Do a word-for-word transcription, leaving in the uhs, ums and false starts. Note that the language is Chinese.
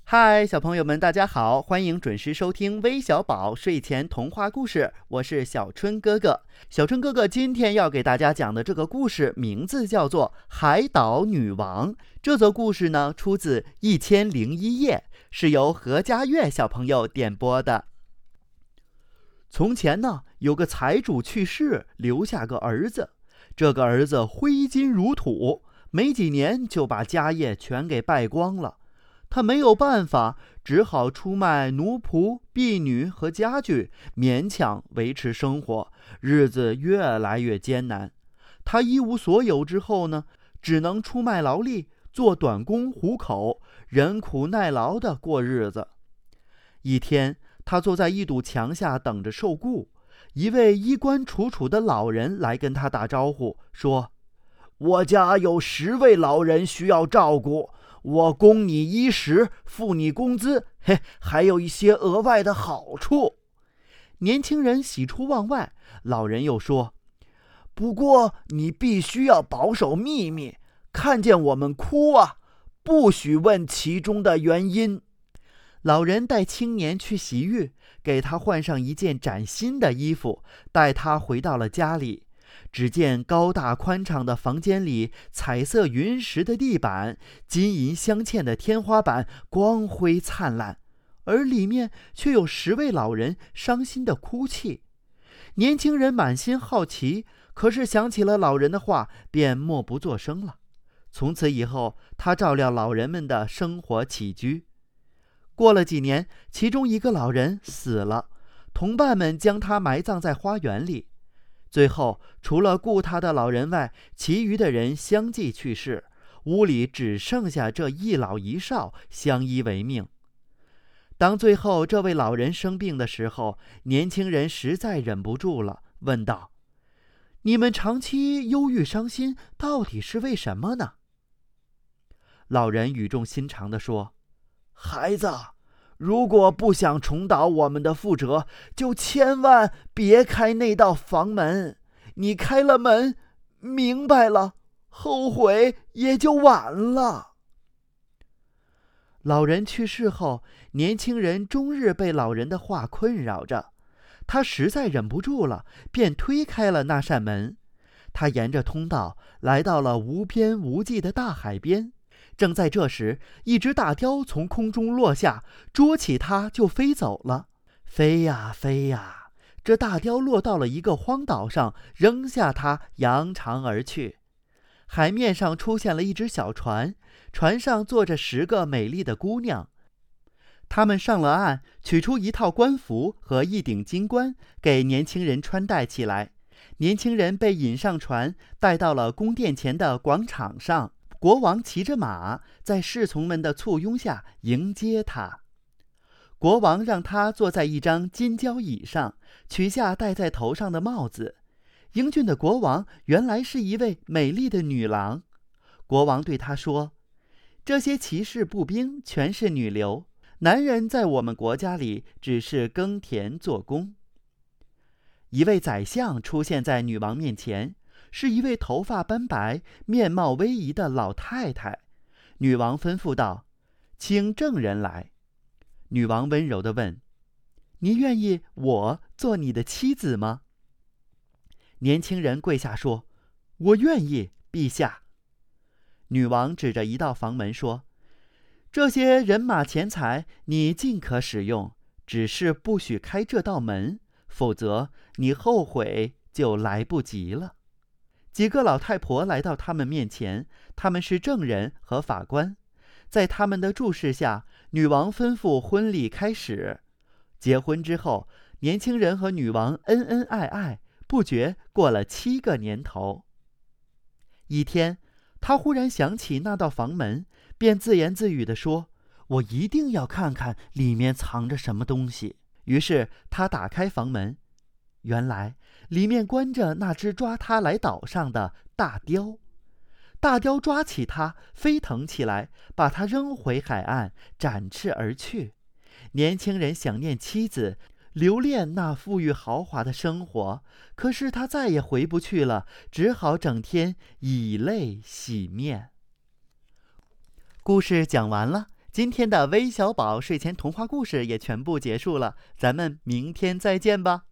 嗨，小朋友们，大家好，欢迎准时收听微小宝睡前童话故事，我是小春哥哥。小春哥哥今天要给大家讲的这个故事名字叫做《海岛女王》。这则故事呢，出自《一千零一夜》，是由何家月小朋友点播的。从前呢，有个财主去世，留下个儿子。这个儿子挥金如土，没几年就把家业全给败光了。他没有办法，只好出卖奴仆、婢女和家具，勉强维持生活，日子越来越艰难。他一无所有之后呢，只能出卖劳力，做短工糊口，忍苦耐劳地过日子。一天，他坐在一堵墙下等着受雇，一位衣冠楚楚的老人来跟他打招呼，说：“我家有十位老人需要照顾，我供你衣食，付你工资，嘿，还有一些额外的好处。”年轻人喜出望外，老人又说：“不过你必须要保守秘密，看见我们哭啊，不许问其中的原因。”老人带青年去洗浴，给他换上一件崭新的衣服，带他回到了家里。只见高大宽敞的房间里，彩色云石的地板，金银镶嵌的天花板光辉灿烂，而里面却有十位老人伤心的哭泣。年轻人满心好奇，可是想起了老人的话，便默不作声了。从此以后，他照料老人们的生活起居。过了几年，其中一个老人死了，同伴们将他埋葬在花园里。最后，除了雇他的老人外，其余的人相继去世，屋里只剩下这一老一少相依为命。当最后这位老人生病的时候，年轻人实在忍不住了，问道：“你们长期忧郁伤心，到底是为什么呢？”老人语重心长地说：“孩子，如果不想重蹈我们的覆辙，就千万别开那道房门。你开了门，明白了，后悔也就晚了。”老人去世后，年轻人终日被老人的话困扰着。他实在忍不住了，便推开了那扇门。他沿着通道来到了无边无际的大海边。正在这时，一只大雕从空中落下，捉起它就飞走了。飞呀飞呀，这大雕落到了一个荒岛上，扔下它扬长而去。海面上出现了一只小船，船上坐着十个美丽的姑娘。她们上了岸，取出一套官服和一顶金冠，给年轻人穿戴起来。年轻人被引上船，带到了宫殿前的广场上。国王骑着马，在侍从们的簇拥下迎接他。国王让他坐在一张金交椅上，取下戴在头上的帽子。英俊的国王原来是一位美丽的女郎。国王对他说：“这些骑士步兵全是女流，男人在我们国家里只是耕田做工。”一位宰相出现在女王面前，是一位头发斑白、面貌威仪的老太太。女王吩咐道：“请证人来。”女王温柔地问：“你愿意我做你的妻子吗？”年轻人跪下说：“我愿意，陛下。”女王指着一道房门说：“这些人马钱财你尽可使用，只是不许开这道门，否则你后悔就来不及了。”几个老太婆来到他们面前，他们是证人和法官。在他们的注视下，女王吩咐婚礼开始。结婚之后，年轻人和女王恩恩爱爱，不觉过了七个年头。一天，他忽然想起那道房门，便自言自语地说：“我一定要看看里面藏着什么东西。”于是他打开房门，原来里面关着那只抓他来岛上的大雕。大雕抓起他，飞腾起来，把他扔回海岸，展翅而去。年轻人想念妻子，留恋那富裕豪华的生活，可是他再也回不去了，只好整天以泪洗面。故事讲完了， 今天的微小宝睡前童话故事也全部结束了，咱们明天再见吧。